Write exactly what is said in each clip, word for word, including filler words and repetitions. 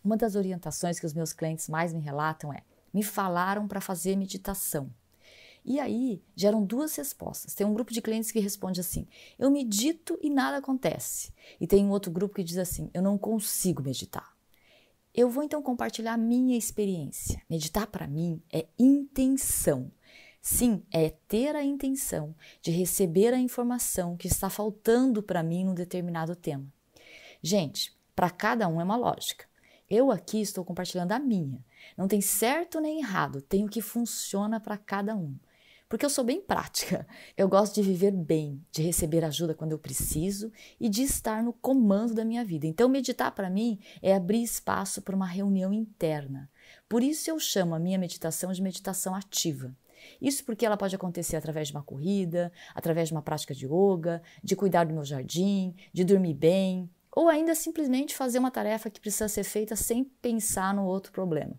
Uma das orientações que os meus clientes mais me relatam é: me falaram para fazer meditação. E aí geram duas respostas. Tem um grupo de clientes que responde assim: eu medito e nada acontece. E tem um outro grupo que diz assim: eu não consigo meditar. Eu vou então compartilhar a minha experiência. Meditar para mim é intenção. Sim, é ter a intenção de receber a informação que está faltando para mim num determinado tema. Gente, para cada um é uma lógica. Eu aqui estou compartilhando a minha. Não tem certo nem errado, tem o que funciona para cada um. Porque eu sou bem prática. Eu gosto de viver bem, de receber ajuda quando eu preciso e de estar no comando da minha vida. Então, meditar para mim é abrir espaço para uma reunião interna. Por isso eu chamo a minha meditação de meditação ativa. Isso porque ela pode acontecer através de uma corrida, através de uma prática de yoga, de cuidar do meu jardim, de dormir bem, ou ainda simplesmente fazer uma tarefa que precisa ser feita sem pensar no outro problema.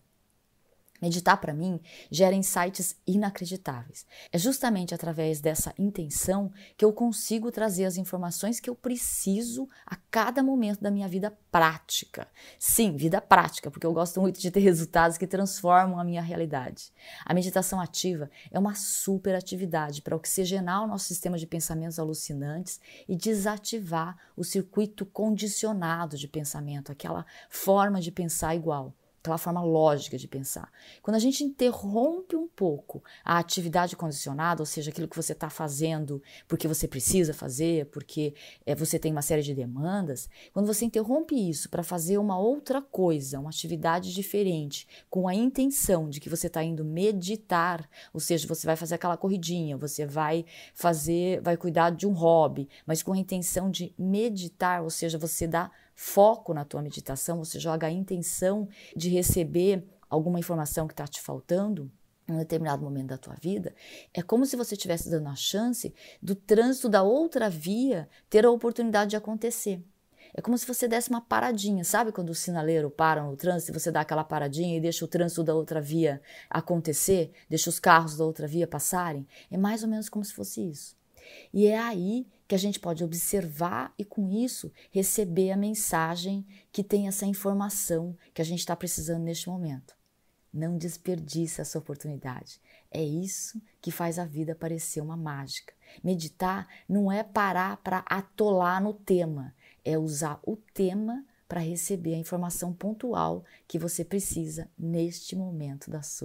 Meditar para mim gera insights inacreditáveis. É justamente através dessa intenção que eu consigo trazer as informações que eu preciso a cada momento da minha vida prática. Sim, vida prática, porque eu gosto muito de ter resultados que transformam a minha realidade. A meditação ativa é uma super atividade para oxigenar o nosso sistema de pensamentos alucinantes e desativar o circuito condicionado de pensamento, aquela forma de pensar igual. Aquela forma lógica de pensar. Quando a gente interrompe um pouco a atividade condicionada, ou seja, aquilo que você está fazendo porque você precisa fazer, porque é, você tem uma série de demandas, quando você interrompe isso para fazer uma outra coisa, uma atividade diferente, com a intenção de que você está indo meditar, ou seja, você vai fazer aquela corridinha, você vai fazer, vai cuidar de um hobby, mas com a intenção de meditar, ou seja, você dá foco na tua meditação, você joga a intenção de receber alguma informação que está te faltando em um determinado momento da tua vida, é como se você estivesse dando a chance do trânsito da outra via ter a oportunidade de acontecer. É como se você desse uma paradinha, sabe quando o sinaleiro para no trânsito e você dá aquela paradinha e deixa o trânsito da outra via acontecer, deixa os carros da outra via passarem? É mais ou menos como se fosse isso. E é aí que a gente pode observar e, com isso, receber a mensagem que tem essa informação que a gente está precisando neste momento. Não desperdice essa oportunidade. É isso que faz a vida parecer uma mágica. Meditar não é parar para atolar no tema, é usar o tema para receber a informação pontual que você precisa neste momento da sua